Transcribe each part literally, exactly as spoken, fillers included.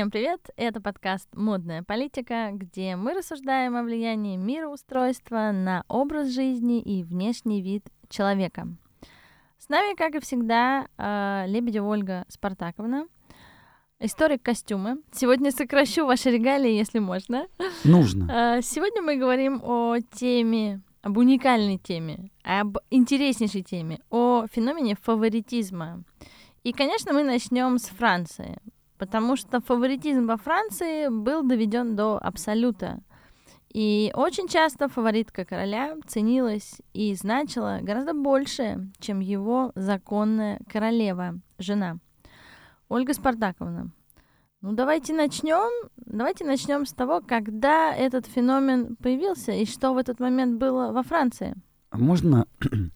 Всем привет! Это подкаст «Модная политика», где мы рассуждаем о влиянии мироустройства на образ жизни и внешний вид человека. С нами, как и всегда, Лебедева Ольга Спартаковна, историк костюма. Сегодня сокращу ваши регалии, если можно. Нужно. Сегодня мы говорим о теме, об уникальной теме, об интереснейшей теме, о феномене фаворитизма. И, конечно, мы начнем с Франции, потому что фаворитизм во Франции был доведен до абсолюта. И очень часто фаворитка короля ценилась и значила гораздо больше, чем его законная королева, жена. Ольга Спартаковна, ну давайте начнем. Давайте начнем с того, когда этот феномен появился и что в этот момент было во Франции. Можно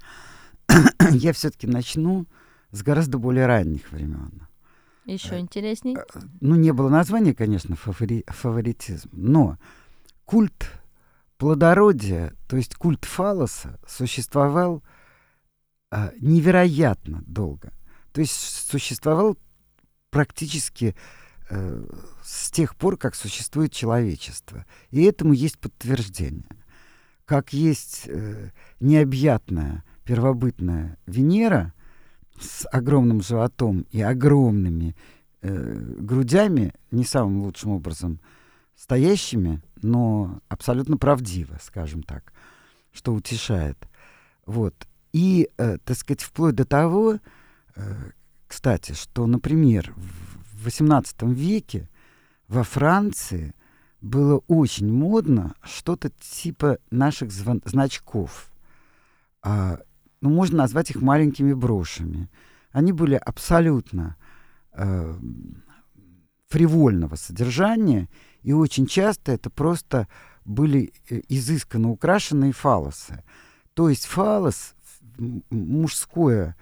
я все-таки начну с гораздо более ранних времен. Еще интересней. Ну, не было названия, конечно, фавори, фаворитизм, но культ плодородия, то есть культ фаллоса, существовал а, невероятно долго. То есть существовал практически а, с тех пор, как существует человечество. И этому есть подтверждение. Как есть а, необъятная первобытная Венера с огромным животом и огромными э, грудями, не самым лучшим образом стоящими, но абсолютно правдиво, скажем так, что утешает. Вот. И, э, так сказать, вплоть до того, э, кстати, что, например, в восемнадцатом веке во Франции было очень модно что-то типа наших звон- значков. А, Ну, можно назвать их маленькими брошами. Они были абсолютно э, фривольного содержания, и очень часто это просто были изысканно украшенные фаллосы. То есть фаллос, мужское,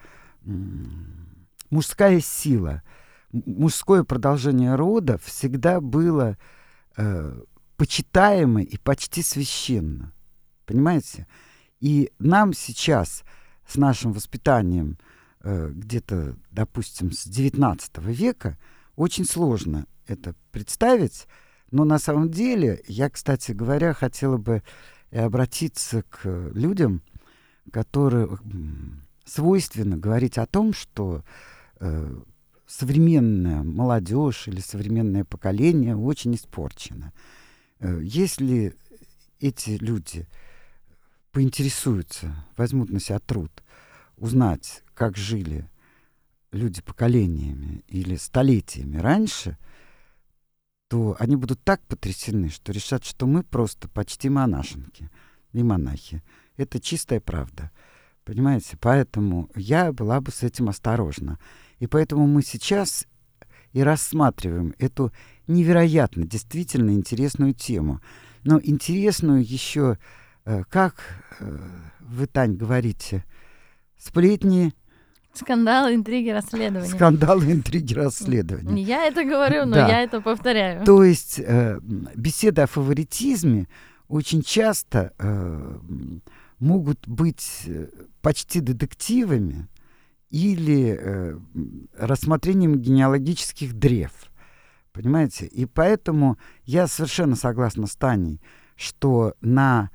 мужская сила, мужское продолжение рода всегда было э, почитаемо и почти священно. Понимаете? И нам сейчас с нашим воспитанием э, где-то, допустим, с девятнадцатого века очень сложно это представить, но на самом деле я, кстати говоря, хотела бы обратиться к людям, которым свойственно говорить о том, что э, современная молодежь или современное поколение очень испорчено. Э, если эти люди поинтересуются, возьмут на себя труд узнать, как жили люди поколениями или столетиями раньше, то они будут так потрясены, что решат, что мы просто почти монашенки и монахи. Это чистая правда. Понимаете? Поэтому я была бы с этим осторожна. И поэтому мы сейчас и рассматриваем эту невероятно, действительно интересную тему. Но интересную еще... Как вы, Тань, говорите? Сплетни? Скандалы, интриги, расследования. Скандалы, интриги, расследования. Не я это говорю, но да. я это повторяю. То есть э, беседы о фаворитизме очень часто э, могут быть почти детективами или э, рассмотрением генеалогических древ. Понимаете? И поэтому я совершенно согласна с Таней, что на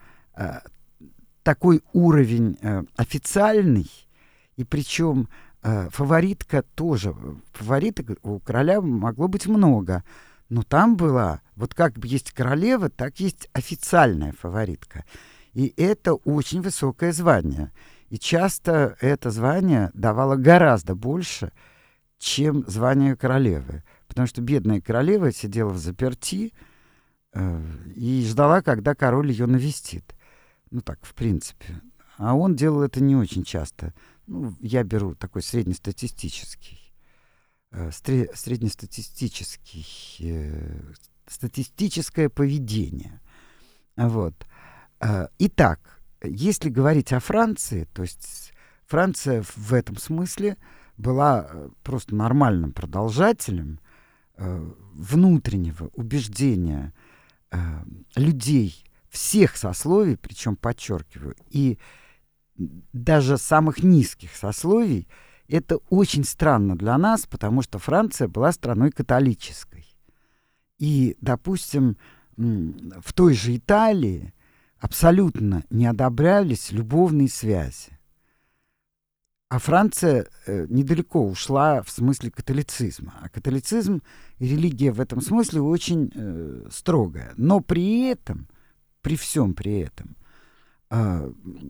такой уровень э, официальный, и причем э, фаворитка тоже, фавориток у короля могло быть много, но там была, вот как бы есть королева, так есть официальная фаворитка. И это очень высокое звание. И часто это звание давало гораздо больше, чем звание королевы. Потому что бедная королева сидела взаперти э, и ждала, когда король ее навестит. Ну так, в принципе. А он делал это не очень часто. Ну, я беру такой среднестатистический. Э, стре- среднестатистический. Э, статистическое поведение. Вот. Э, итак, если говорить о Франции, то есть Франция в этом смысле была просто нормальным продолжателем э, внутреннего убеждения э, людей, всех сословий, причем, подчеркиваю, и даже самых низких сословий, это очень странно для нас, потому что Франция была страной католической. И, допустим, в той же Италии абсолютно не одобрялись любовные связи. А Франция э, недалеко ушла в смысле католицизма. А католицизм и религия в этом смысле очень э, строгая. Но при этом, при всем при этом, э,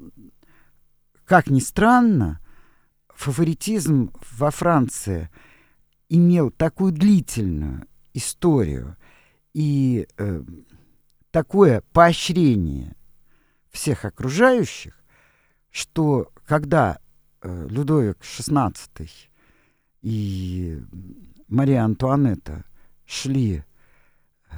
как ни странно, фаворитизм во Франции имел такую длительную историю и э, такое поощрение всех окружающих, что когда э, Людовик шестнадцатый и Мария Антуанетта шли э,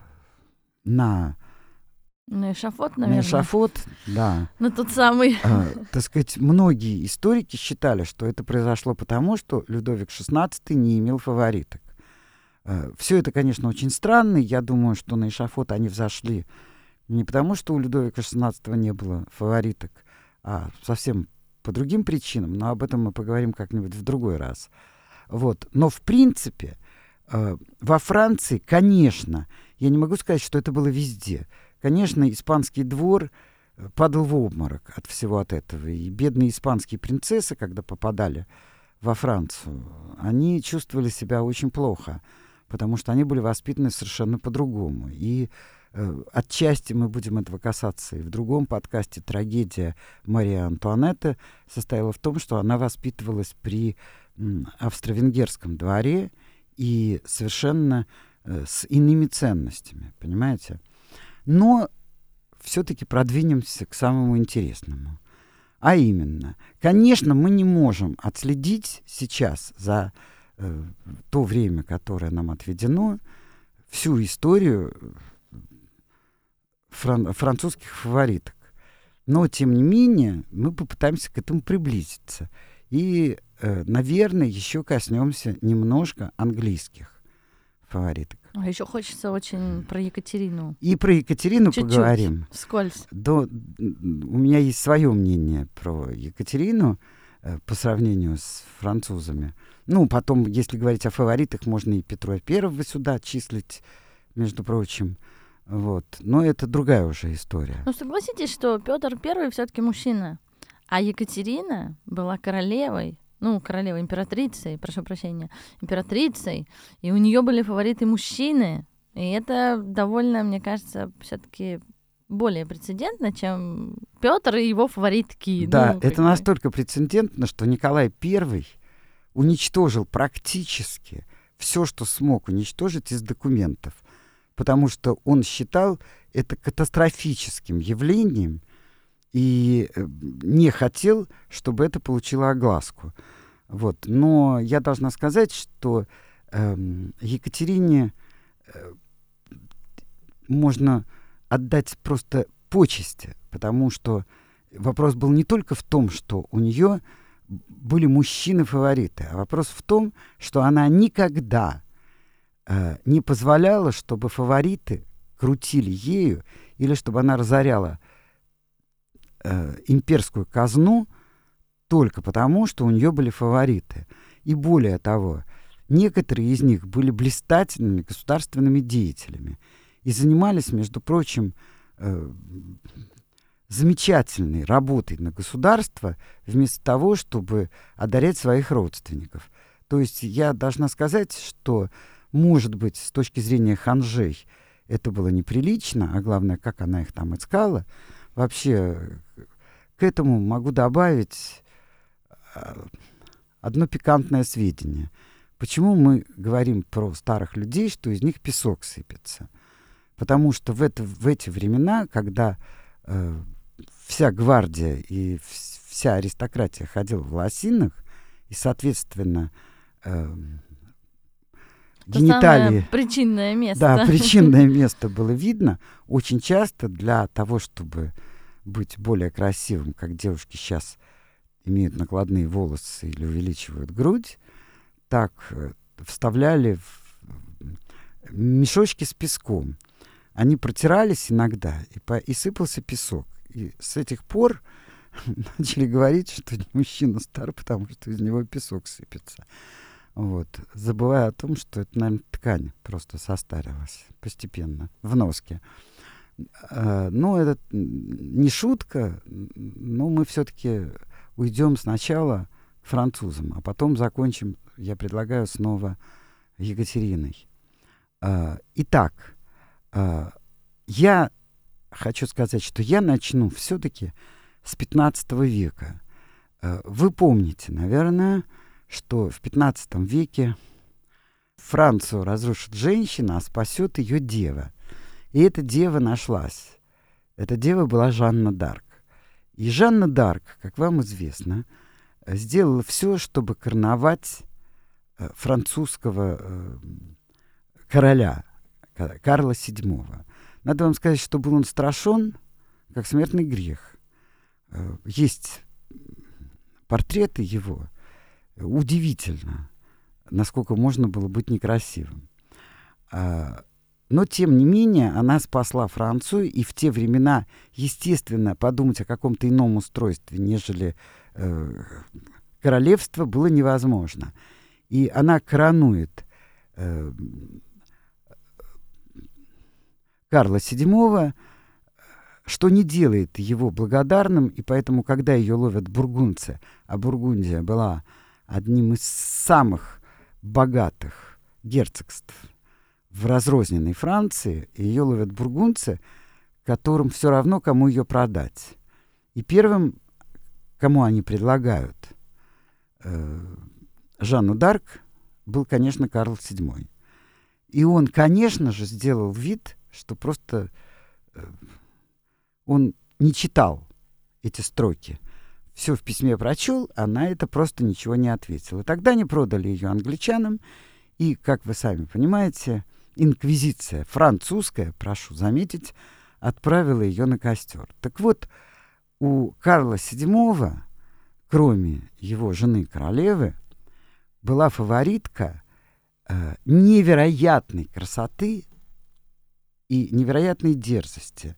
на... На эшафот, наверное. На эшафот, да. На тот самый. Э, так сказать, многие историки считали, что это произошло потому, что Людовик шестнадцатый не имел фавориток. Э, все это, конечно, очень странно. Я думаю, что на эшафот они взошли не потому, что у Людовика шестнадцатого не было фавориток, а совсем по другим причинам. Но об этом мы поговорим как-нибудь в другой раз. Вот. Но, в принципе, э, во Франции, конечно, я не могу сказать, что это было везде. Конечно, испанский двор падал в обморок от всего от этого. И бедные испанские принцессы, когда попадали во Францию, они чувствовали себя очень плохо, потому что они были воспитаны совершенно по-другому. И э, отчасти мы будем этого касаться и в другом подкасте. Трагедия Марии Антуанетты состояла в том, что она воспитывалась при м, австро-венгерском дворе и совершенно э, с иными ценностями, понимаете? Но все-таки продвинемся к самому интересному. А именно, конечно, мы не можем отследить сейчас за э, то время, которое нам отведено, всю историю фран- французских фавориток. Но, тем не менее, мы попытаемся к этому приблизиться. И, э, наверное, еще коснемся немножко английских фавориток. А еще хочется очень про Екатерину. И про Екатерину Чуть-чуть, поговорим. вскользь. До, у меня есть свое мнение про Екатерину э, по сравнению с французами. Ну, потом, если говорить о фаворитах, можно и Петра Первого сюда числить, между прочим. Вот. Но это другая уже история. Ну, согласитесь, что Петр Первый все-таки мужчина, а Екатерина была королевой. Ну, королева, императрицей, прошу прощения, императрицей, и у нее были фавориты мужчины, и это довольно, мне кажется, все-таки более прецедентно, чем Петр и его фаворитки. Да, ну, это бы. настолько прецедентно, что Николай Первый уничтожил практически все, что смог уничтожить из документов, потому что он считал это катастрофическим явлением, и не хотел, чтобы это получило огласку. Вот. Но я должна сказать, что э, Екатерине э, можно отдать просто почести, потому что вопрос был не только в том, что у нее были мужчины-фавориты, а вопрос в том, что она никогда э, не позволяла, чтобы фавориты крутили ею или чтобы она разоряла имперскую казну только потому, что у нее были фавориты. И более того, некоторые из них были блистательными государственными деятелями и занимались, между прочим, э, замечательной работой на государство вместо того, чтобы одарять своих родственников. То есть я должна сказать, что, может быть, с точки зрения ханжей это было неприлично, а главное, как она их там искала. Вообще, к этому могу добавить одно пикантное сведение. Почему мы говорим про старых людей, что из них песок сыпется? Потому что в, это, в эти времена, когда э, вся гвардия и в, вся аристократия ходила в лосинах, и, соответственно, э, гениталии... причинное место. Да, причинное место было видно. Очень часто для того, чтобы быть более красивым, как девушки сейчас имеют накладные волосы или увеличивают грудь, так вставляли в мешочки с песком. Они протирались иногда, и, по, и сыпался песок. И с этих пор начали говорить, что мужчина стар, потому что из него песок сыпется. Вот, забывая о том, что это, наверное, ткань просто состарилась постепенно в носке. А, ну, это не шутка, но мы все-таки уйдем сначала к французам, а потом закончим, я предлагаю, снова Екатериной. А, итак, а, я хочу сказать, что я начну все-таки с пятнадцатого века. А, вы помните, наверное, что в пятнадцатом веке Францию разрушит женщина, а спасет ее дева. И эта дева нашлась. Эта дева была Жанна д'Арк. И Жанна д'Арк, как вам известно, сделала все, чтобы короновать э, французского э, короля Карла седьмого. Надо вам сказать, что был он страшен, как смертный грех. Э, есть портреты его. Удивительно, насколько можно было быть некрасивым. А, но, тем не менее, она спасла Францию, и в те времена, естественно, подумать о каком-то ином устройстве, нежели э, королевство, было невозможно. И она коронует э, Карла седьмого, что не делает его благодарным, и поэтому, когда ее ловят бургундцы, а Бургундия была одним из самых богатых герцогств в разрозненной Франции, и ее ловят бургундцы, которым все равно, кому ее продать. И первым, кому они предлагают э, Жанну д'Арк, был, конечно, Карл седьмой. И он, конечно же, сделал вид, что просто э, он не читал эти строки. Все в письме прочел, а на это просто ничего не ответил. И тогда они продали ее англичанам, и, как вы сами понимаете, инквизиция французская, прошу заметить, отправила ее на костер. Так вот, у Карла седьмого, кроме его жены королевы, была фаворитка э, невероятной красоты и невероятной дерзости.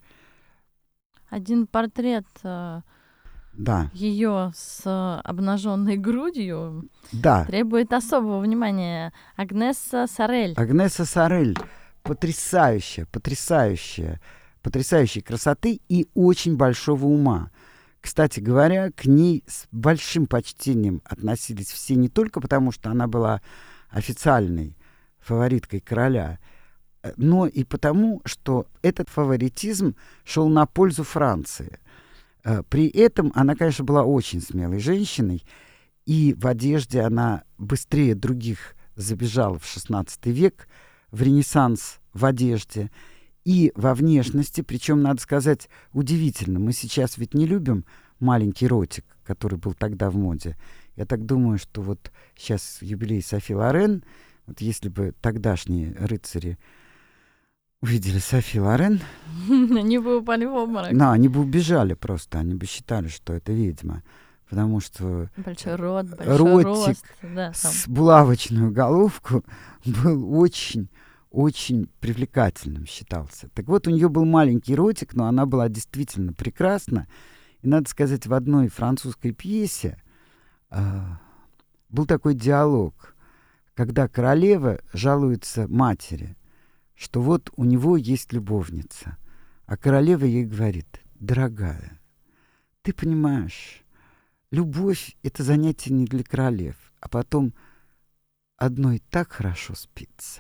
Один портрет э, да. ее с э, обнаженной грудью да. требует особого внимания. Агнеса Сорель. Агнеса Сорель потрясающая, потрясающая, потрясающей красоты и очень большого ума. Кстати говоря, к ней с большим почтением относились все не только потому, что она была официальной фавориткой короля, но и потому, что этот фаворитизм шел на пользу Франции. При этом она, конечно, была очень смелой женщиной, и в одежде она быстрее других забежала в шестнадцатый век, в Ренессанс в одежде, и во внешности, причем, надо сказать, удивительно. Мы сейчас ведь не любим маленький ротик, который был тогда в моде. Я так думаю, что вот сейчас юбилей Софи Лорен, вот если бы тогдашние рыцари увидели Софи Лорен... Они бы упали в обморок. Да, они бы убежали просто, они бы считали, что это ведьма. Потому что большой рот, большой ротик рост, да, с булавочную головку был очень, очень привлекательным считался. Так вот, у нее был маленький ротик, но она была действительно прекрасна. И, надо сказать, в одной французской пьесе э, был такой диалог, когда королева жалуется матери, что вот у него есть любовница. А королева ей говорит: дорогая, ты понимаешь, любовь — это занятие не для королев, а потом одной так хорошо спится.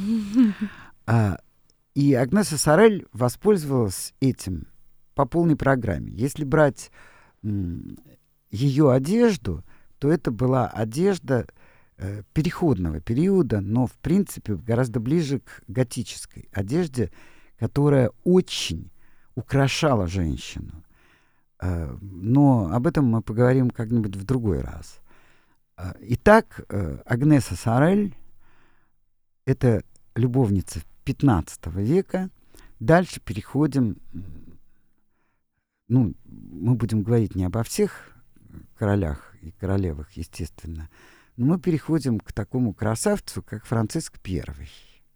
а, и Агнеса Сорель воспользовалась этим по полной программе. Если брать м, ее одежду, то это была одежда э, переходного периода, но, в принципе, гораздо ближе к готической одежде, которая очень украшала женщину. Э, но об этом мы поговорим как-нибудь в другой раз. Э, итак, э, Агнеса Сорель — это любовница пятнадцатого века. Дальше переходим... Ну, мы будем говорить не обо всех королях и королевах, естественно, но мы переходим к такому красавцу, как Франциск Первый.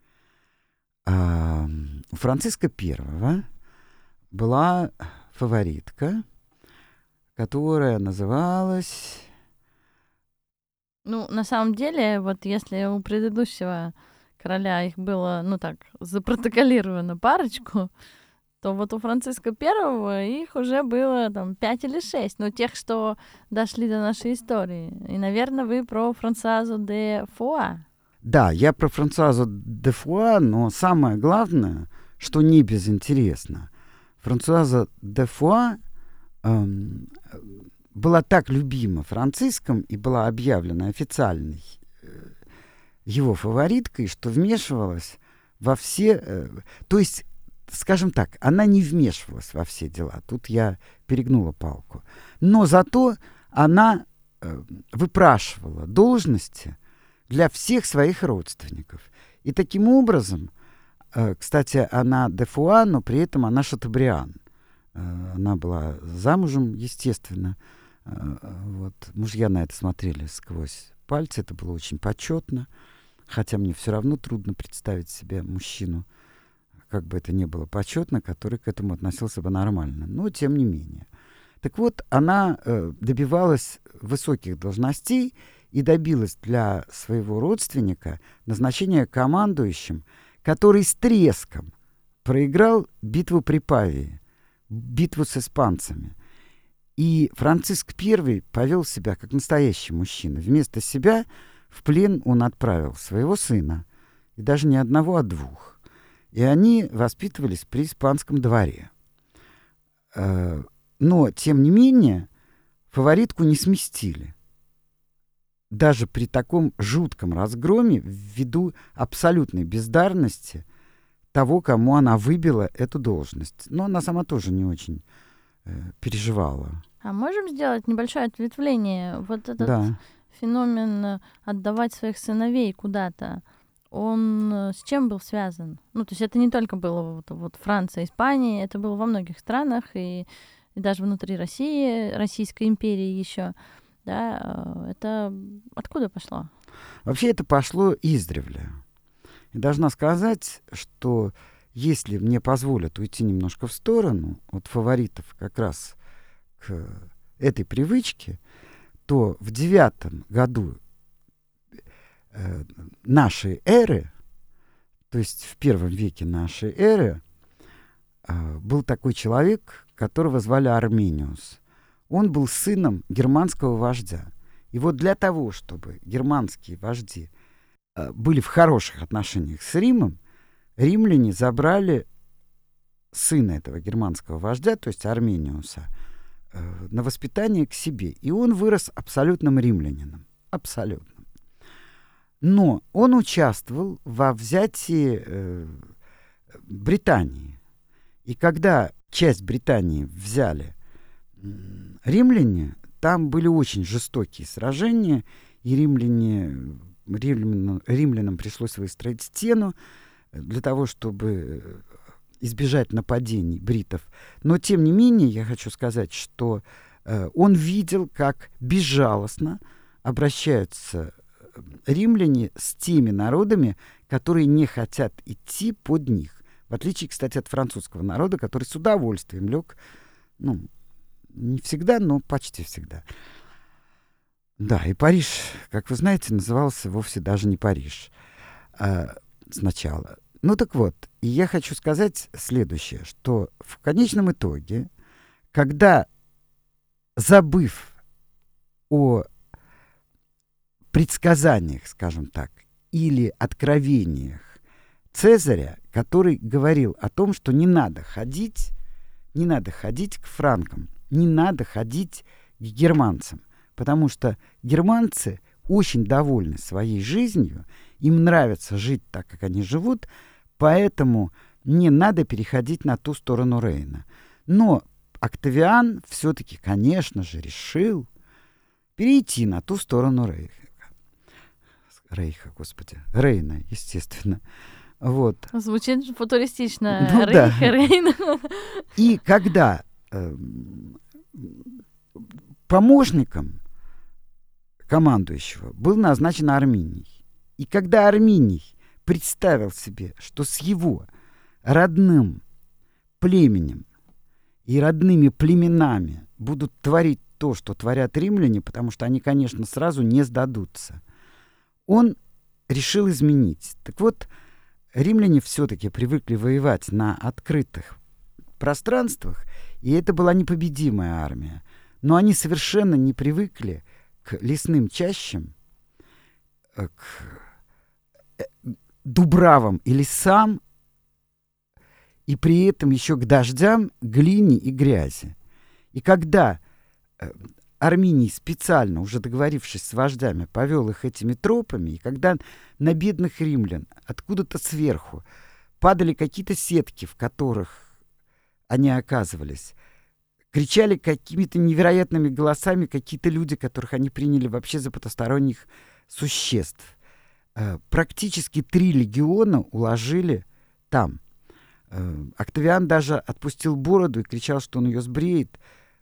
А, у Франциска Первого была фаворитка, которая называлась Ну, на самом деле, вот если у предыдущего короля их было, ну так, запротоколировано парочку, то вот у Франциска Первого их уже было там пять или шесть, ну, тех, что дошли до нашей истории. И, наверное, вы про Франсуазу де Фуа. Да, я про Франсуазу де Фуа, но самое главное, что не безинтересно, Франсуаза де Фуа эм, была так любима Франциском и была объявлена официальной э, его фавориткой, что вмешивалась во все... Э, то есть, скажем так, она не вмешивалась во все дела. Тут я перегнула палку. Но зато она э, выпрашивала должности для всех своих родственников. И таким образом, э, кстати, она де Фуа, но при этом она Шатобриан. Э, она была замужем, естественно. Э, вот. Мужья на это смотрели сквозь пальцы. Это было очень почетно. Хотя мне все равно трудно представить себе мужчину, как бы это ни было почетно, который к этому относился бы нормально. Но тем не менее. Так вот, она э, добивалась высоких должностей и добилась для своего родственника назначения командующим, который с треском проиграл битву при Павии, битву с испанцами. И Франциск Первый повел себя как настоящий мужчина. Вместо себя в плен он отправил своего сына, и даже не одного, а двух. И они воспитывались при испанском дворе. Но, тем не менее, фаворитку не сместили. Даже при таком жутком разгроме, ввиду абсолютной бездарности того, кому она выбила эту должность. Но она сама тоже не очень э, переживала. А можем сделать небольшое ответвление? Вот этот Да. феномен отдавать своих сыновей куда-то, он с чем был связан? Ну, то есть это не только было вот, вот Франция, Испания, это было во многих странах, и, и даже внутри России, Российской империи еще. Да, это откуда пошло? Вообще это пошло издревле. И должна сказать, что если мне позволят уйти немножко в сторону от фаворитов как раз к этой привычке, то в девятом году э, нашей эры, то есть в первом веке нашей эры, э, был такой человек, которого звали Армениус. Он был сыном германского вождя. И вот для того, чтобы германские вожди э, были в хороших отношениях с Римом, римляне забрали сына этого германского вождя, то есть Армениуса, э, на воспитание к себе. И он вырос абсолютным римлянином. Абсолютным. Но он участвовал во взятии э, Британии. И когда часть Британии взяли римляне, там были очень жестокие сражения, и римляне, римлянам, римлянам пришлось выстроить стену для того, чтобы избежать нападений бритов. Но, тем не менее, я хочу сказать, что э, он видел, как безжалостно обращаются римляне с теми народами, которые не хотят идти под них. В отличие, кстати, от французского народа, который с удовольствием лег, ну, не всегда, но почти всегда. Да, и Париж, как вы знаете, назывался вовсе даже не Париж а, сначала. Ну так вот, и я хочу сказать следующее, что в конечном итоге, когда, забыв о предсказаниях, скажем так, или откровениях Цезаря, который говорил о том, что не надо ходить, не надо ходить к франкам, не надо ходить к германцам, потому что германцы очень довольны своей жизнью, им нравится жить так, как они живут, поэтому не надо переходить на ту сторону Рейна. Но Октавиан все-таки, конечно же, решил перейти на ту сторону Рейха. Рейха, господи, Рейна, естественно. Вот. Звучит футуристично. Ну, Рейха, да. Рейна. И когда э, помощником командующего был назначен Арминий, и когда Арминий представил себе, что с его родным племенем и родными племенами будут творить то, что творят римляне, потому что они, конечно, сразу не сдадутся. Он решил изменить. Так вот, римляне все-таки привыкли воевать на открытых пространствах, и это была непобедимая армия. Но они совершенно не привыкли к лесным чащам, к дубравам и лесам, и при этом еще к дождям, глине и грязи. И когда Арминий специально, уже договорившись с вождями, повел их этими тропами, и когда на бедных римлян откуда-то сверху падали какие-то сетки, в которых они оказывались, кричали какими-то невероятными голосами какие-то люди, которых они приняли вообще за потусторонних существ. Практически три легиона уложили там. Октавиан даже отпустил бороду и кричал, что он ее сбреет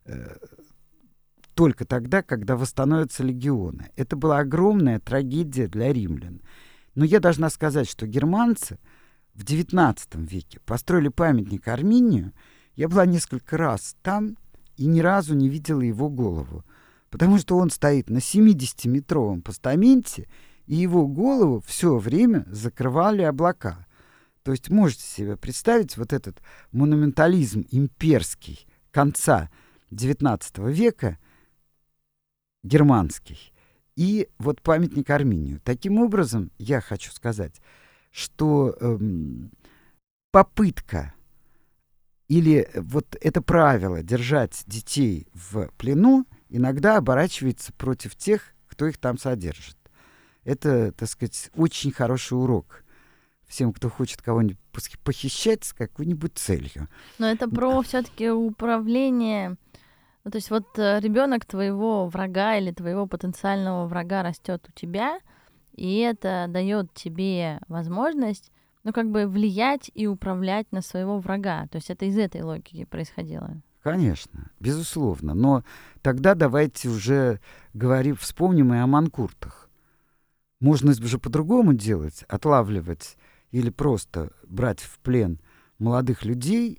только тогда, когда восстановятся легионы. Это была огромная трагедия для римлян. Но я должна сказать, что германцы в девятнадцатом веке построили памятник Арминию. Я была несколько раз там и ни разу не видела его голову, потому что он стоит на семидесятиметровом постаменте, и его голову все время закрывали облака. То есть можете себе представить вот этот монументализм имперский конца девятнадцатого века, германский, и вот памятник Арминию. Таким образом, я хочу сказать, что эм, попытка или вот это правило держать детей в плену иногда оборачивается против тех, кто их там содержит. Это, так сказать, очень хороший урок всем, кто хочет кого-нибудь похищать с какой-нибудь целью. Но это про все-таки управление. Ну, то есть вот ребенок твоего врага или твоего потенциального врага растет у тебя, и это дает тебе возможность, ну, как бы влиять и управлять на своего врага. То есть это из этой логики происходило. Конечно, безусловно. Но тогда давайте уже говорим, вспомним и о манкуртах. Можно же по-другому делать, отлавливать или просто брать в плен молодых людей,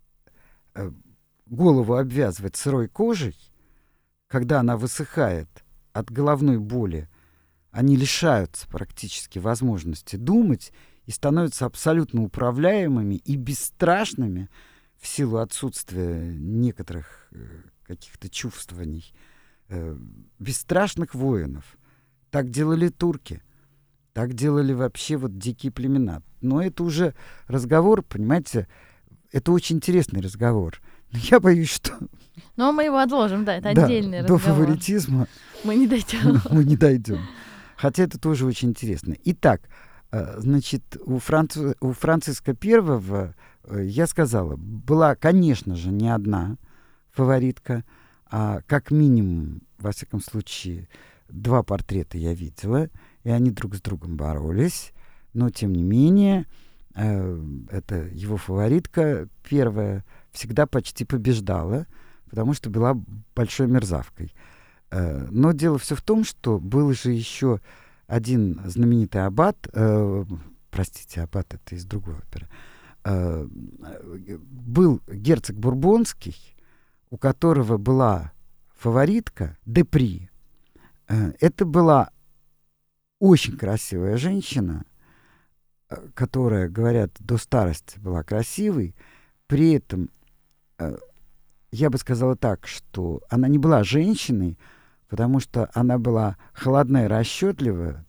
голову обвязывать сырой кожей, когда она высыхает от головной боли, они лишаются практически возможности думать и становятся абсолютно управляемыми и бесстрашными в силу отсутствия некоторых э, каких-то чувствований, э, бесстрашных воинов. Так делали турки, так делали вообще вот дикие племена. Но это уже разговор, понимаете, это очень интересный разговор. Но я боюсь, что... Но мы его отложим, да, это да, отдельный до разговор. До фаворитизма мы не дойдем. Мы не дойдем. Хотя это тоже очень интересно. Итак, значит, у, Франци... у Франциска Первого, я сказала, была, конечно же, не одна фаворитка, а как минимум, во всяком случае, два портрета я видела, и они друг с другом боролись, но, тем не менее, э, это его фаворитка первая всегда почти побеждала, потому что была большой мерзавкой. Э, но дело все в том, что был же еще один знаменитый аббат, э, простите, аббат это из другой оперы, э, был герцог Бурбонский, у которого была фаворитка Депри. Э, это была очень красивая женщина, которая, говорят, до старости была красивой. При этом, э, я бы сказала так, что она не была женщиной, потому что она была холодная и расчетливая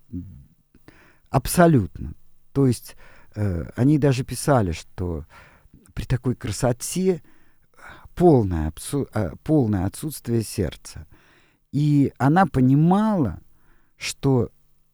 абсолютно. То есть э, они даже писали, что при такой красоте полное, абсу- э, полное отсутствие сердца. И она понимала, что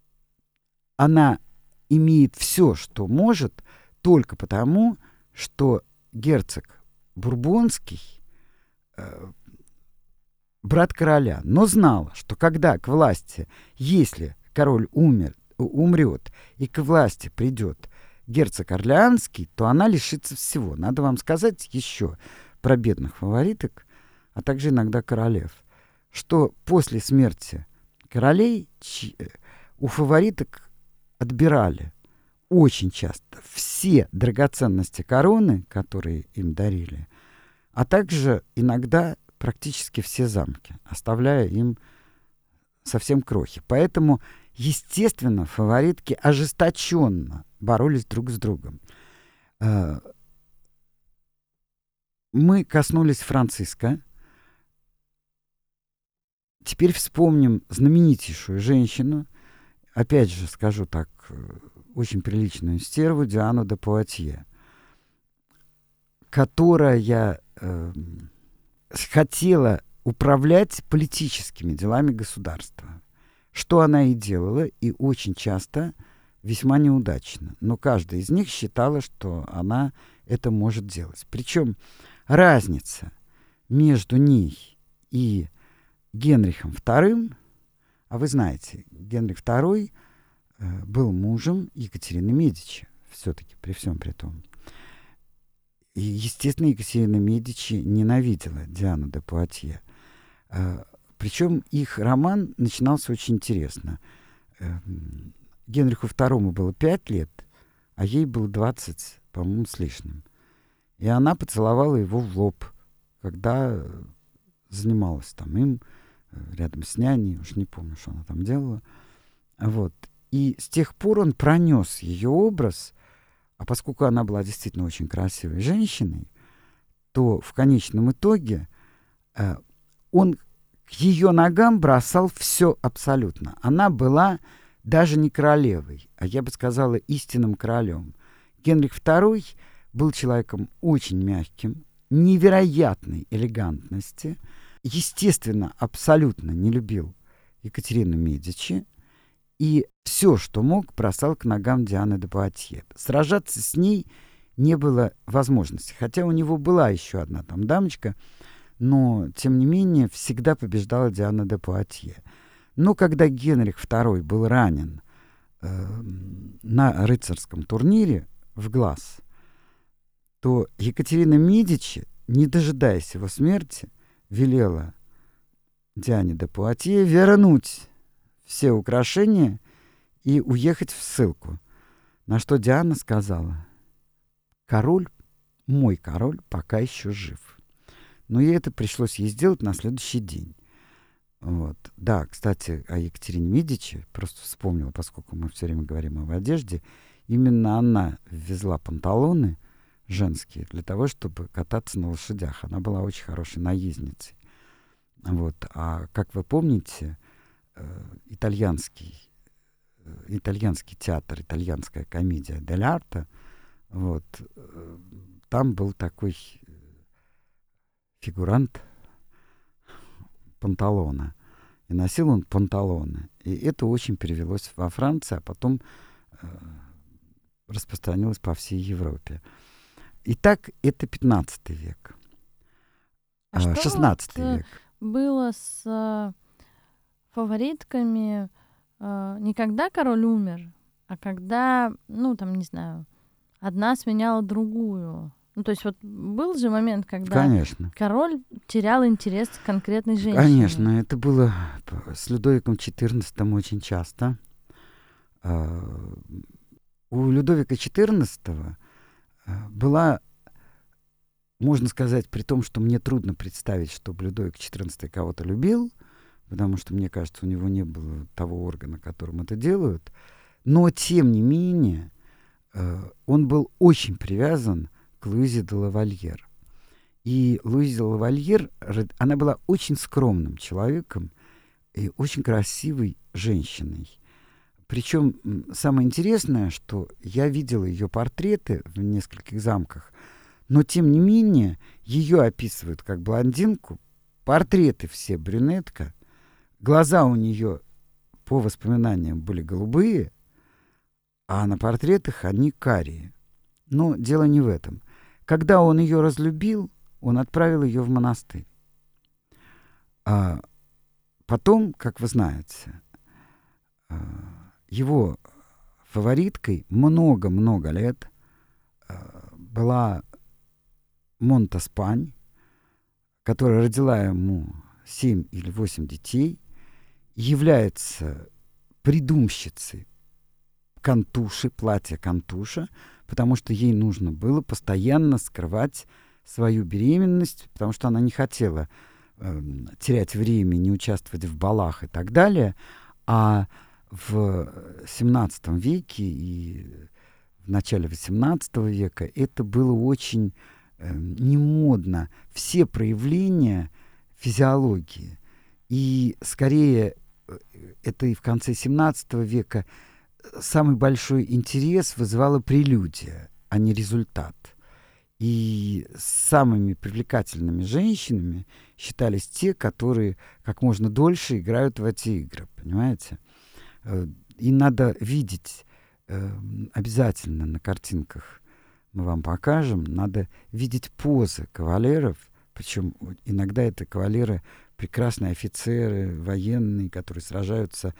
она имеет все, что может, только потому, что герцог Бурбонский э, брат короля, но знала, что когда к власти, если король умер, умрет и к власти придет герцог Орлеанский, то она лишится всего. Надо вам сказать еще про бедных фавориток, а также иногда королев, что после смерти королей у фавориток отбирали очень часто все драгоценности короны, которые им дарили, а также иногда практически все замки, оставляя им совсем крохи. Поэтому, естественно, фаворитки ожесточенно боролись друг с другом. Мы коснулись Франциска. Теперь вспомним знаменитейшую женщину, опять же скажу так, очень приличную стерву Диану де Пуатье, которая э, хотела управлять политическими делами государства. Что она и делала, и очень часто весьма неудачно. Но каждая из них считала, что она это может делать. Причем разница между ней и Генрихом вторым, а вы знаете, Генрих второй э, был мужем Екатерины Медичи, все-таки при всем при том. И, естественно, Екатерина Медичи ненавидела Диану де Пуатье. Э, причем их роман начинался очень интересно. Э, Генриху второму было пять лет, а ей было двадцать, по-моему, с лишним. И она поцеловала его в лоб, когда занималась там им, рядом с няней, уж не помню, что она там делала. Вот. И с тех пор он пронес ее образ, а поскольку она была действительно очень красивой женщиной, то в конечном итоге э, он к ее ногам бросал все абсолютно. Она была даже не королевой, а я бы сказала истинным королем. Генрих второй был человеком очень мягким, невероятной элегантности, естественно, абсолютно не любил Екатерину Медичи и все, что мог, бросал к ногам Дианы де Пуатье. Сражаться с ней не было возможности, хотя у него была еще одна там дамочка, но, тем не менее, всегда побеждала Диана де Пуатье. Но когда Генрих второй был ранен э, на рыцарском турнире в глаз, то Екатерина Медичи, не дожидаясь его смерти, велела Диане де Пуатье вернуть все украшения и уехать в ссылку. На что Диана сказала: король, мой король, пока еще жив. Но ей это пришлось ей сделать на следующий день. Вот. Да, кстати, о Екатерине Медичи просто вспомнила, поскольку мы все время говорим об одежде, именно она ввезла панталоны женские для того, чтобы кататься на лошадях. Она была очень хорошей наездницей. Вот. А как вы помните, э, итальянский, э, итальянский театр, итальянская комедия дель арте, вот, э, там был такой фигурант панталона. И носил он панталоны. И это очень перевелось во Франции, а потом э, распространилось по всей Европе. Итак, это пятнадцатый век. А шестнадцатый вот век. Было с э, фаворитками э, не когда король умер, а когда, ну, там, не знаю, одна сменяла другую. Ну, то есть вот был же момент, когда Конечно. король терял интерес к конкретной женщине. Конечно, это было с Людовиком четырнадцатым очень часто. У Людовика четырнадцатого была, можно сказать, при том, что мне трудно представить, чтобы Людовик четырнадцатый кого-то любил, потому что, мне кажется, у него не было того органа, которым это делают, но, тем не менее, он был очень привязан к Луизе де Лавальер. И Луиза де Лавальер, она была очень скромным человеком и очень красивой женщиной. Причем самое интересное, что я видела ее портреты в нескольких замках, но тем не менее ее описывают как блондинку, портреты все брюнетка, глаза у нее, по воспоминаниям, были голубые, а на портретах они карие. Но дело не в этом. Когда он ее разлюбил, он отправил ее в монастырь. А потом, как вы знаете, его фавориткой много-много лет была Монтеспань, которая родила ему семь или восемь детей, является придумщицей кантуши, платья кантуша, потому что ей нужно было постоянно скрывать свою беременность, потому что она не хотела э, терять время, не участвовать в балах и так далее. А в семнадцатом веке и в начале восемнадцатого века это было очень э, немодно. Все проявления физиологии. И скорее это и в конце семнадцатого века самый большой интерес вызывала прелюдия, а не результат. И самыми привлекательными женщинами считались те, которые как можно дольше играют в эти игры, понимаете? И надо видеть обязательно на картинках, мы вам покажем, надо видеть позы кавалеров, причем иногда это кавалеры прекрасные офицеры, военные, которые сражаются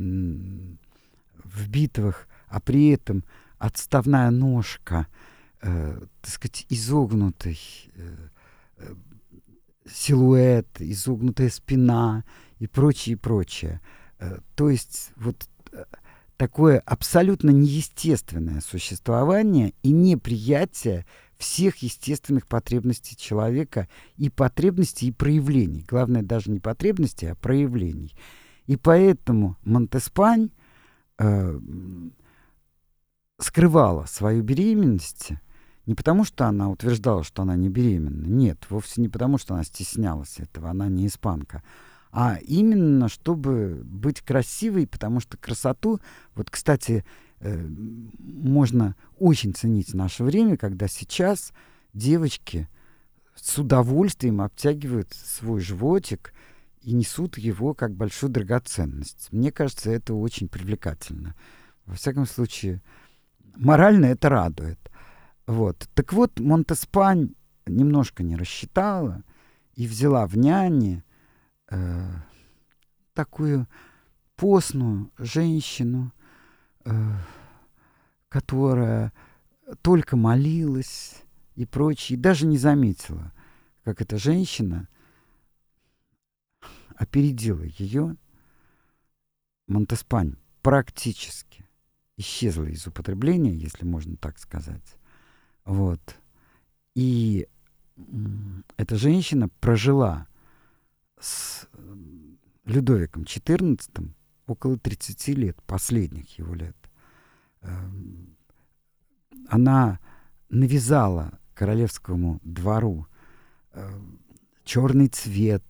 в битвах, а при этом отставная ножка, э, так сказать, изогнутый э, э, силуэт, изогнутая спина и прочее, и прочее. Э, то есть вот э, такое абсолютно неестественное существование и неприятие всех естественных потребностей человека и потребностей, и проявлений. Главное, даже не потребностей, а проявлений. И поэтому Монтеспань э, скрывала свою беременность не потому, что она утверждала, что она не беременна. Нет, вовсе не потому, что она стеснялась этого, она не испанка. А именно, чтобы быть красивой, потому что красоту... Вот, кстати, можно очень ценить наше время, когда сейчас девочки с удовольствием обтягивают свой животик и несут его как большую драгоценность. Мне кажется, это очень привлекательно. Во всяком случае, морально это радует. Вот. Так вот, Монтеспань немножко не рассчитала и взяла в няне э, такую постную женщину, которая только молилась и прочее, и даже не заметила, как эта женщина опередила ее. Монтеспань практически исчезла из употребления, если можно так сказать. Вот. И эта женщина прожила с Людовиком четырнадцатым около тридцати лет, последних его лет. Она навязала королевскому двору черный цвет,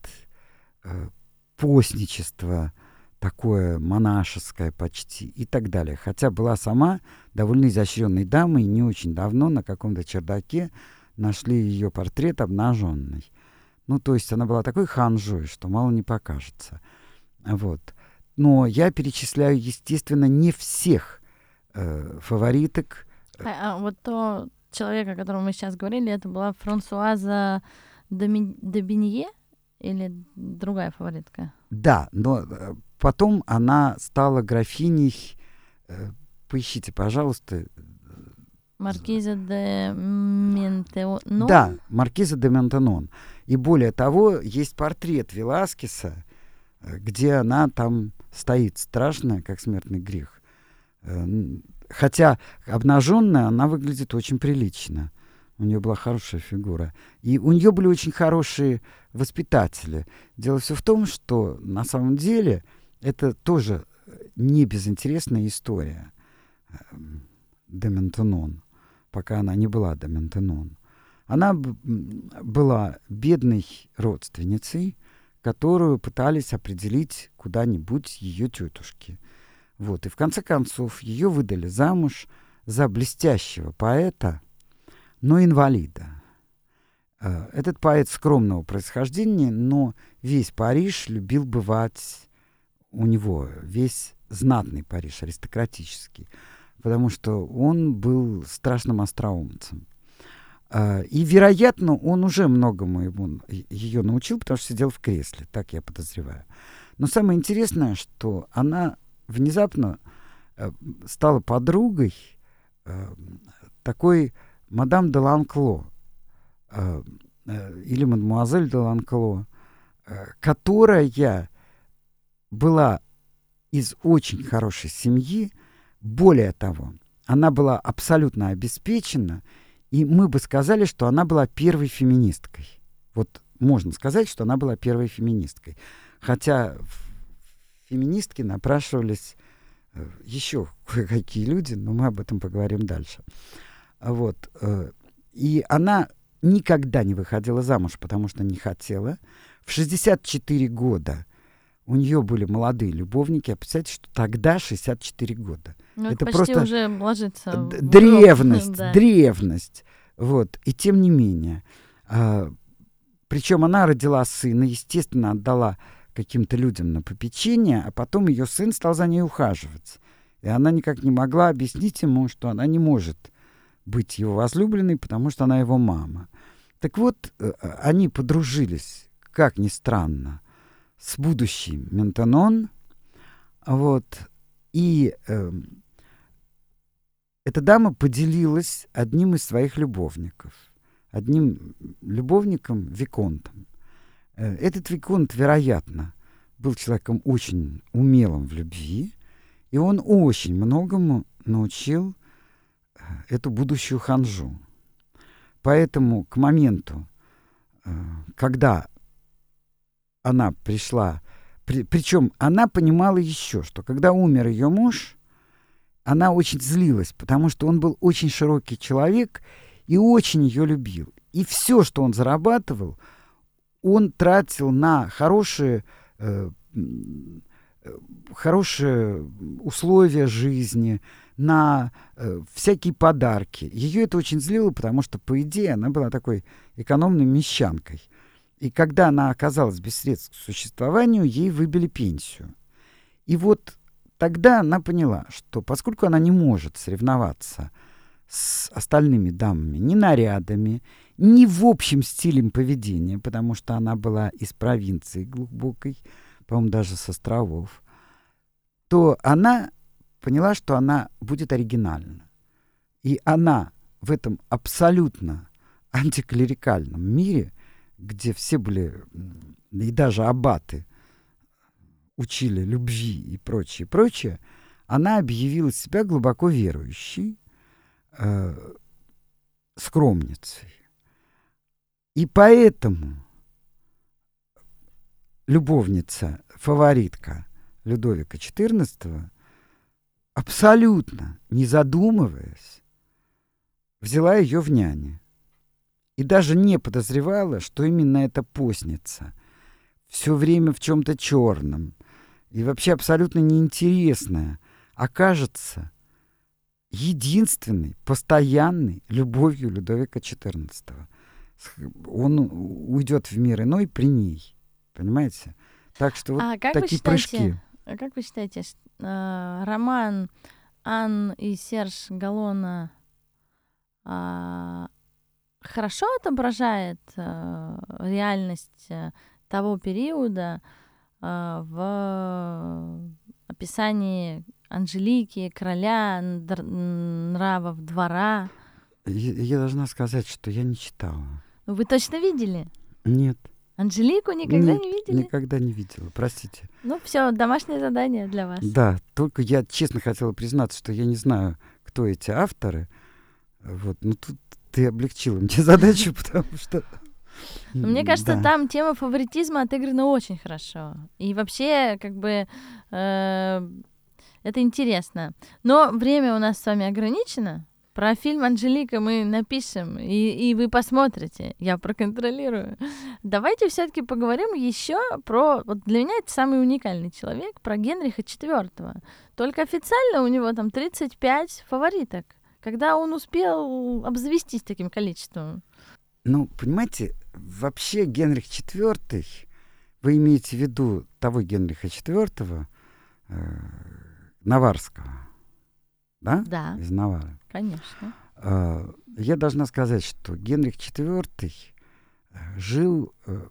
постничество, такое монашеское почти и так далее. Хотя была сама довольно изощренной дамой, и не очень давно на каком-то чердаке нашли ее портрет обнаженный. Ну, то есть она была такой ханжой, что мало не покажется. Вот. Но я перечисляю, естественно, не всех э, фавориток. А, а вот то человек, о котором мы сейчас говорили, это была Франсуаза Доми... де Бинье или другая фаворитка? Да, но э, потом она стала графиней, э, поищите, пожалуйста. Маркиза де Ментенон? Да, Маркиза де Ментенон. И более того, есть портрет Веласкеса, где она там стоит, страшная, как смертный грех. Хотя обнаженная она выглядит очень прилично. У нее была хорошая фигура. И у нее были очень хорошие воспитатели. Дело все в том, что на самом деле это тоже не безинтересная история де Ментенон, пока она не была де Ментенон. Она б- была бедной родственницей, которую пытались определить куда-нибудь ее тетушки. Вот. И в конце концов ее выдали замуж за блестящего поэта, но инвалида. Этот поэт скромного происхождения, но весь Париж любил бывать у него, весь знатный Париж, аристократический, потому что он был страшным остроумцем. И, вероятно, он уже многому ему, ее научил, потому что сидел в кресле, так я подозреваю. Но самое интересное, что она внезапно э, стала подругой э, такой мадам де Ланкло, э, э, или мадемуазель де Ланкло, э, которая была из очень хорошей семьи. Более того, она была абсолютно обеспечена, и мы бы сказали, что она была первой феминисткой. Вот можно сказать, что она была первой феминисткой. Хотя феминистки напрашивались еще кое-какие люди, но мы об этом поговорим дальше. Вот. И она никогда не выходила замуж, потому что не хотела. В шестьдесят четыре года у нее были молодые любовники. А представьте, что тогда шестьдесят четыре года. Ну, это почти просто уже ложится в древность, да. древность. Вот. И тем не менее. А, причем она родила сына, естественно, отдала каким-то людям на попечение, а потом ее сын стал за ней ухаживать. И она никак не могла объяснить ему, что она не может быть его возлюбленной, потому что она его мама. Так вот, они подружились, как ни странно, с будущей Ментенон. Вот. И э, эта дама поделилась одним из своих любовников. Одним любовником, виконтом. Этот виконт, вероятно, был человеком очень умелым в любви, и он очень многому научил эту будущую ханжу. Поэтому к моменту, когда она пришла, при, причем она понимала еще, что когда умер ее муж, она очень злилась, потому что он был очень широкий человек и очень ее любил. И все, что он зарабатывал, он тратил на хорошие, э, хорошие условия жизни, на э, всякие подарки. Ее это очень злило, потому что, по идее, она была такой экономной мещанкой. И когда она оказалась без средств к существованию, ей выбили пенсию. И вот тогда она поняла, что поскольку она не может соревноваться с остальными дамами ни нарядами, ни в общем стилем поведения, потому что она была из провинции глубокой, по-моему, даже с островов, то она поняла, что она будет оригинальна. И она в этом абсолютно антиклерикальном мире, где все были, и даже аббаты учили любви и прочее, прочее, она объявила себя глубоко верующей, э, скромницей. И поэтому любовница, фаворитка Людовика четырнадцатого, абсолютно не задумываясь, взяла ее в няни. И даже не подозревала, что именно эта постница все время в чем-то черном и вообще абсолютно неинтересная окажется единственной, постоянной любовью Людовика четырнадцатого. Он уйдет в мир иной при ней. Понимаете? Так что вот а как такие вы считаете, прыжки. А как вы считаете, э, роман Ан и Серж Галлона э, хорошо отображает э, реальность э, того периода э, в описании Анжелики, короля, нравов двора? Я, я должна сказать, что я не читала. Ну, вы точно видели? Нет. Анжелику никогда Нет, не видели? Никогда не видела, простите. Ну, все, домашнее задание для вас. Да, только я честно хотела признаться, что я не знаю, кто эти авторы. Вот, ну тут ты облегчила мне задачу, потому что... Но мне кажется, да. Там тема фаворитизма отыграна очень хорошо. И вообще, как бы, э, это интересно. Но время у нас с вами ограничено. Про фильм «Анжелика» мы напишем, и, и вы посмотрите, я проконтролирую. Давайте все-таки поговорим еще про... Вот для меня это самый уникальный человек, про Генриха четвёртого. Только официально у него там тридцать пять фавориток. Когда он успел обзавестись таким количеством? Ну, понимаете, вообще Генрих четвёртый, вы имеете в виду того Генриха четвёртого, э, Наварского, да? Да. Из Навары. Конечно. Э, я должна сказать, что Генрих четвёртый жил э,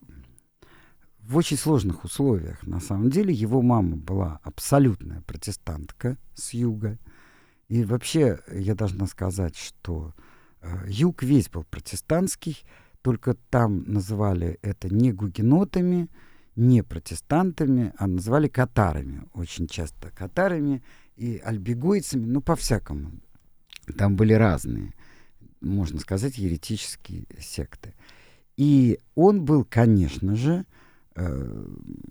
в очень сложных условиях. На самом деле его мама была абсолютная протестантка с юга. И вообще я должна сказать, что э, юг весь был протестантский, только там называли это не гугенотами, не протестантами, а называли катарами. Очень часто катарами и альбегойцами, ну, по-всякому. Там были разные, можно сказать, еретические секты. И он был, конечно же, э,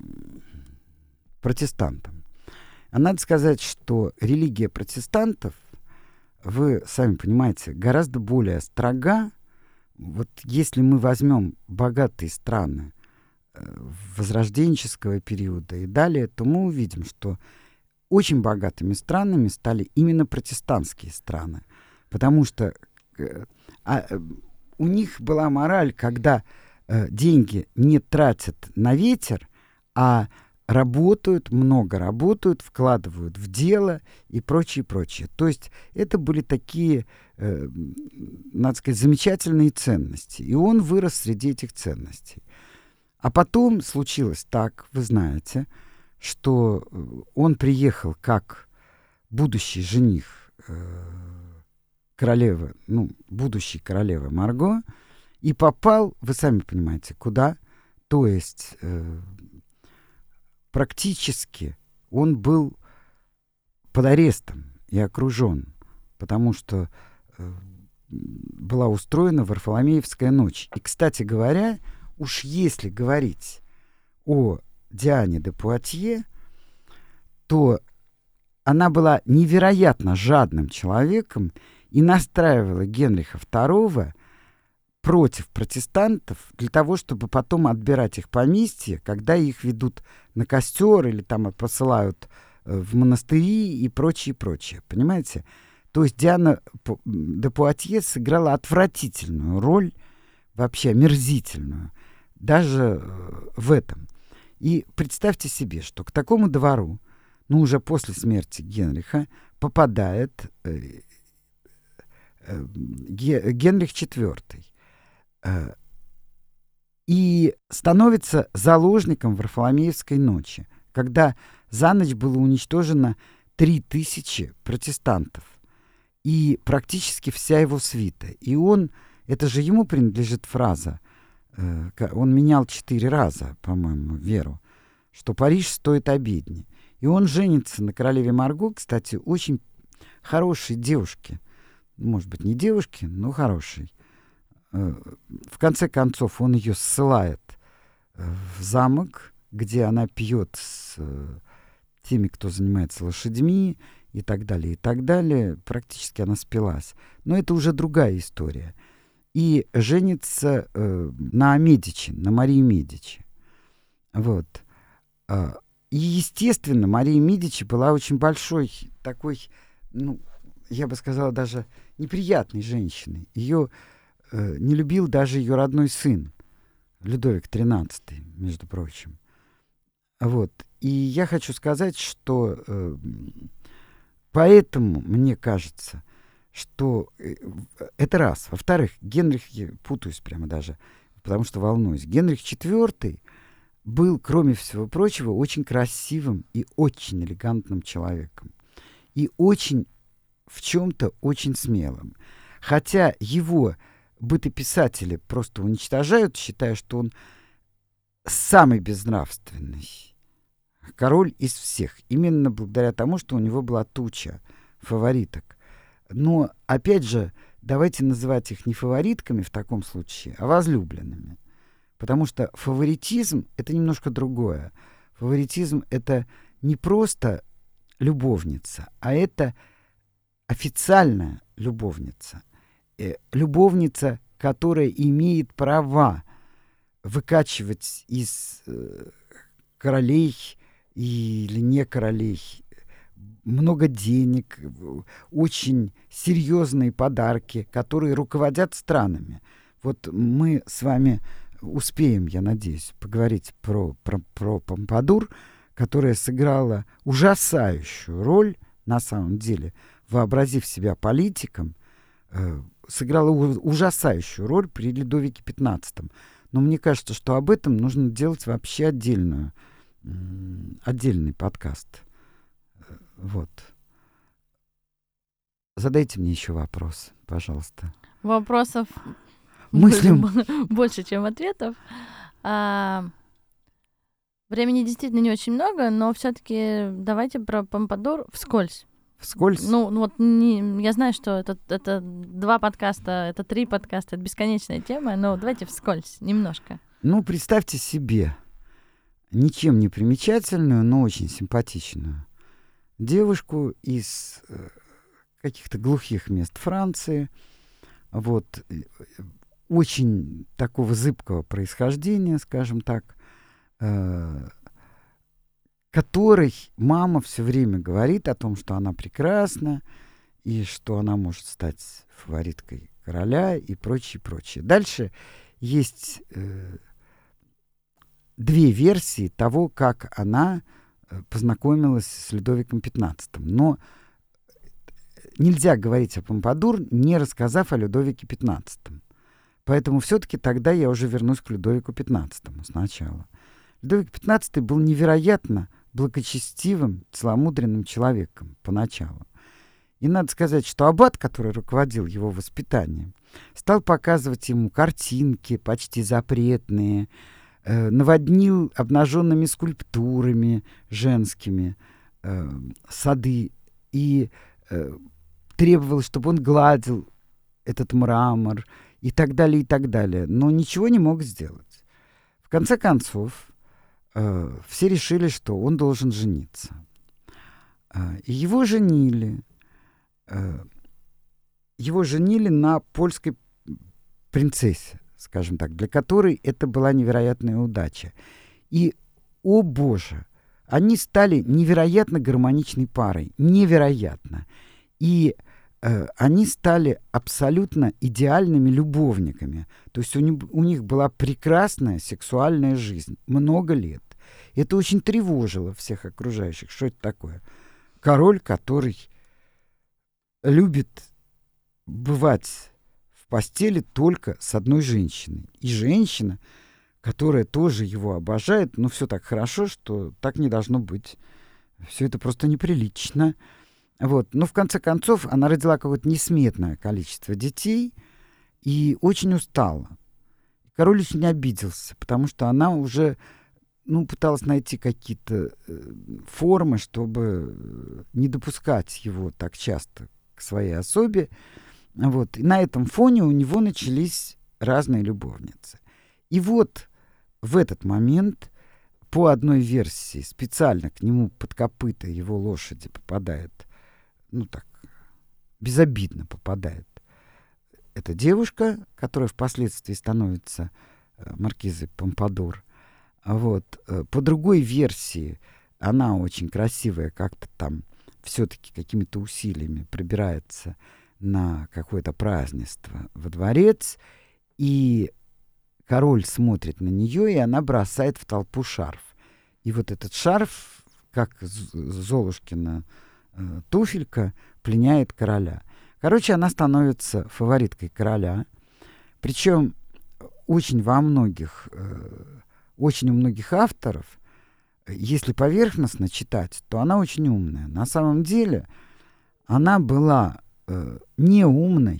протестантом. А надо сказать, что религия протестантов, вы сами понимаете, гораздо более строга. Вот если мы возьмем богатые страны возрожденческого периода и далее, то мы увидим, что очень богатыми странами стали именно протестантские страны. Потому что э, а, у них была мораль, когда э, деньги не тратят на ветер, а работают, много работают, вкладывают в дело и прочее, прочее. То есть это были такие, э, надо сказать, замечательные ценности. И он вырос среди этих ценностей. А потом случилось так, вы знаете, что он приехал как будущий жених э, королевы, ну, будущей королевы Марго, и попал, вы сами понимаете, куда. То есть э, практически он был под арестом и окружен, потому что э, была устроена Варфоломеевская ночь. И, кстати говоря, уж если говорить о Диане де Пуатье, то она была невероятно жадным человеком и настраивала Генриха второго против протестантов для того, чтобы потом отбирать их поместья, когда их ведут на костер или там посылают в монастыри и прочее, прочее. Понимаете? То есть Диана де Пуатье сыграла отвратительную роль, вообще омерзительную, даже в этом. И представьте себе, что к такому двору, ну, уже после смерти Генриха, попадает э, э, Генрих четвёртый. Э, и становится заложником Варфоломеевской ночи, когда за ночь было уничтожено три тысячи протестантов. И практически вся его свита. И он, это же ему принадлежит фраза, он менял четыре раза, по-моему, веру, что Париж стоит обедни. И он женится на королеве Марго, кстати, очень хорошей девушке. Может быть, не девушке, но хорошей. В конце концов, он ее ссылает в замок, где она пьет с теми, кто занимается лошадьми, и так далее, и так далее. Практически она спилась. Но это уже другая история. И женится э, на Медичи, на Марии Медичи. Вот. И, естественно, Мария Медичи была очень большой, такой, ну, я бы сказала, даже неприятной женщиной. Ее э, не любил даже ее родной сын, Людовик тринадцатый, между прочим. Вот. И я хочу сказать, что э, поэтому, мне кажется, что это раз. Во-вторых, Генрих, я путаюсь прямо даже, потому что волнуюсь. Генрих четвёртый был, кроме всего прочего, очень красивым и очень элегантным человеком. И очень, в чем-то, очень смелым. Хотя его бытописатели просто уничтожают, считая, что он самый безнравственный король из всех. Именно благодаря тому, что у него была туча фавориток. Но, опять же, давайте называть их не фаворитками в таком случае, а возлюбленными. Потому что фаворитизм — это немножко другое. Фаворитизм — это не просто любовница, а это официальная любовница. Любовница, которая имеет права выкачивать из королей или не королей много денег, очень серьезные подарки, которые руководят странами. Вот мы с вами успеем, я надеюсь, поговорить про, про, про Помпадур, которая сыграла ужасающую роль, на самом деле, вообразив себя политиком, э, сыграла ужасающую роль при Людовике пятнадцатом. Но мне кажется, что об этом нужно делать вообще отдельную, э, отдельный подкаст. Вот. Задайте мне еще вопрос, пожалуйста. Вопросов Мыслим... больше, чем ответов. А, времени действительно не очень много, но все-таки давайте про Помпадур вскользь. Вскользь? Ну, ну вот не, я знаю, что это, это два подкаста, это три подкаста, это бесконечная тема, но давайте вскользь, немножко. Ну, представьте себе ничем не примечательную, но очень симпатичную девушку из э, каких-то глухих мест Франции, вот, э, очень такого зыбкого происхождения, скажем так, э, которой мама все время говорит о том, что она прекрасна, и что она может стать фавориткой короля и прочее, прочее. Дальше есть э, две версии того, как она э, познакомилась с Людовиком пятнадцатым. Но нельзя говорить о Помпадур, не рассказав о Людовике пятнадцатом. Поэтому все-таки тогда я уже вернусь к Людовику пятнадцатому сначала. Людовик пятнадцатый был невероятно благочестивым, целомудренным человеком поначалу. И надо сказать, что аббат, который руководил его воспитанием, стал показывать ему картинки почти запретные, э, наводнил обнаженными скульптурами женскими э, сады и э, требовал, чтобы он гладил этот мрамор и так далее, и так далее. Но ничего не мог сделать. В конце концов, э, все решили, что он должен жениться. Э, и его женили. Его женили на польской принцессе, скажем так, для которой это была невероятная удача. И, о боже, они стали невероятно гармоничной парой. Невероятно. И э, они стали абсолютно идеальными любовниками. То есть у них, у них была прекрасная сексуальная жизнь. Много лет. Это очень тревожило всех окружающих. Что это такое? Король, который любит бывать в постели только с одной женщиной. И женщина, которая тоже его обожает, но все так хорошо, что так не должно быть. Все это просто неприлично. Вот. Но в конце концов она родила какое-то несметное количество детей и очень устала. Король очень обиделся, потому что она уже ну, пыталась найти какие-то э, формы, чтобы не допускать его так часто к своей особе. Вот. И на этом фоне у него начались разные любовницы. И вот в этот момент, по одной версии, специально к нему под копыта его лошади попадает, ну так, безобидно попадает эта девушка, которая впоследствии становится э, маркизой Помпадур. Вот. По другой версии, она очень красивая, как-то там все-таки какими-то усилиями пробирается на какое-то празднество во дворец, и король смотрит на нее, и она бросает в толпу шарф. И вот этот шарф, как Золушкина э, туфелька, пленяет короля. Короче, она становится фавориткой короля. Причем очень во многих, э, очень у многих авторов, если поверхностно читать, то она очень умная. На самом деле она была э, не умной.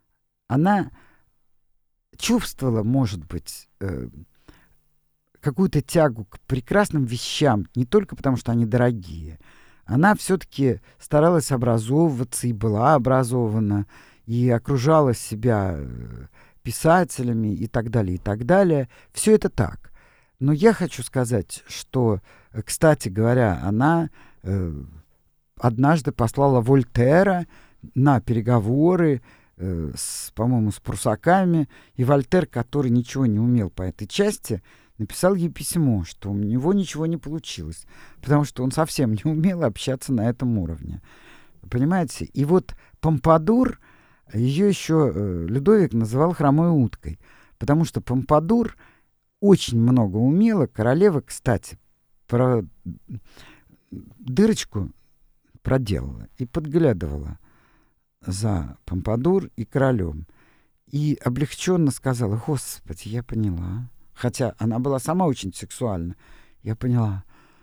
Она чувствовала, может быть, э, какую-то тягу к прекрасным вещам, не только потому, что они дорогие. Она все-таки старалась образовываться и была образована, и окружала себя э, писателями и так далее, и так далее. Все это так. Но я хочу сказать, что, кстати говоря, она э, однажды послала Вольтера на переговоры, э, с, по-моему, с прусаками, и Вольтер, который ничего не умел по этой части, написал ей письмо, что у него ничего не получилось, потому что он совсем не умел общаться на этом уровне. Понимаете? И вот Помпадур, ее еще э, Людовик называл хромой уткой, потому что Помпадур очень много умела. Королева, кстати, про дырочку проделала и подглядывала за Помпадур и королем. И облегченно сказала: «Господи, я поняла». Хотя она была сама очень сексуальна. Я поняла.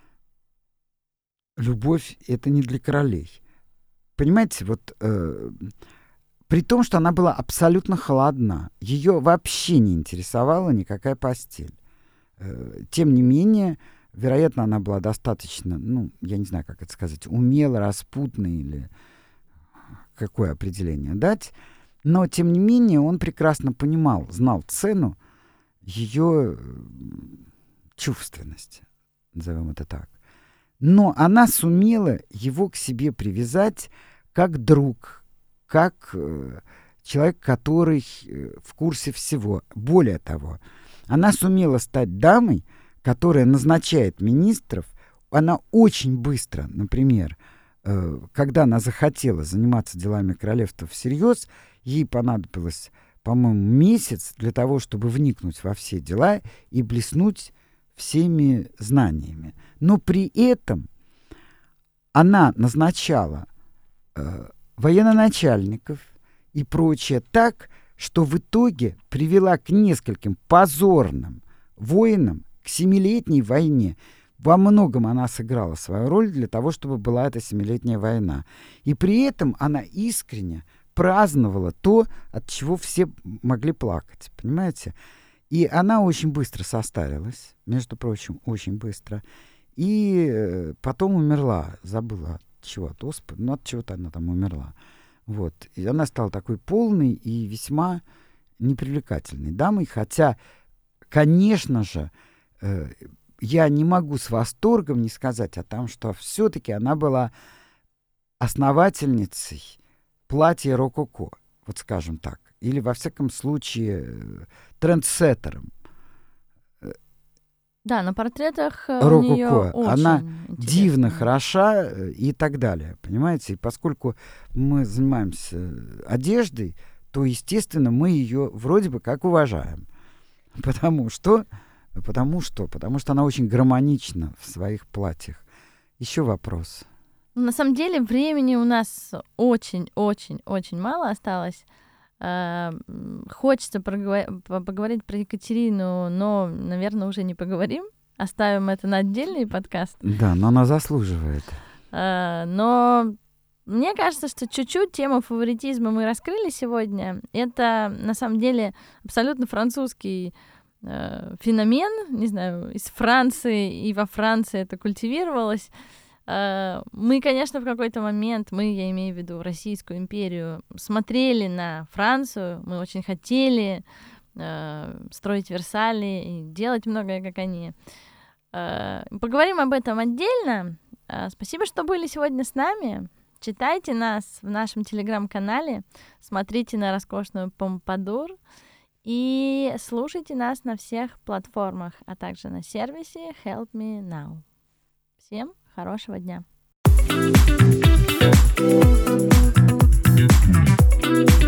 Любовь — это не для королей. Понимаете, вот э, при том, что она была абсолютно холодна, ее вообще не интересовала никакая постель. Э, тем не менее, вероятно, она была достаточно, ну, я не знаю, как это сказать, умело, распутно или какое определение дать. Но, тем не менее, он прекрасно понимал, знал цену ее чувственности, назовем это так. Но она сумела его к себе привязать как друг, как э, человек, который э, в курсе всего. Более того, она сумела стать дамой, которая назначает министров. Она очень быстро, например, э, когда она захотела заниматься делами королевства всерьез, ей понадобилось, по-моему, месяц для того, чтобы вникнуть во все дела и блеснуть всеми знаниями. Но при этом она назначала э, военноначальников и прочее так, что в итоге привела к нескольким позорным войнам, к семилетней войне. Во многом она сыграла свою роль для того, чтобы была эта семилетняя война. И при этом она искренне праздновала то, от чего все могли плакать. Понимаете? И она очень быстро состарилась, между прочим, очень быстро. И э, потом умерла, забыла от чего, от оспы, ну от чего-то она там умерла. Вот. И она стала такой полной и весьма непривлекательной дамой, хотя, конечно же, э, я не могу с восторгом не сказать о том, что все-таки она была основательницей платья рококо, вот скажем так, или, во всяком случае, трендсеттером. Да, на портретах рококо. у нее очень Она интересно. Дивно хороша и так далее, понимаете? И поскольку мы занимаемся одеждой, то, естественно, мы ее вроде бы как уважаем. Потому что, потому что, потому что она очень гармонична в своих платьях. Еще вопрос. На самом деле времени у нас очень-очень-очень мало осталось. Хочется проговор- поговорить про Екатерину, но, наверное, уже не поговорим. Оставим это на отдельный подкаст. Да, но она заслуживает. Но мне кажется, что чуть-чуть тему фаворитизма мы раскрыли сегодня. Это, на самом деле, абсолютно французский феномен. Не знаю, из Франции, и во Франции это культивировалось. Мы, конечно, в какой-то момент, мы, я имею в виду Российскую империю, смотрели на Францию, мы очень хотели э, строить Версали и делать многое, как они. Э, поговорим об этом отдельно. Э, спасибо, что были сегодня с нами. Читайте нас в нашем телеграм-канале, смотрите на роскошную помпадур и слушайте нас на всех платформах, а также на сервисе Help Me Now. Всем хорошего дня.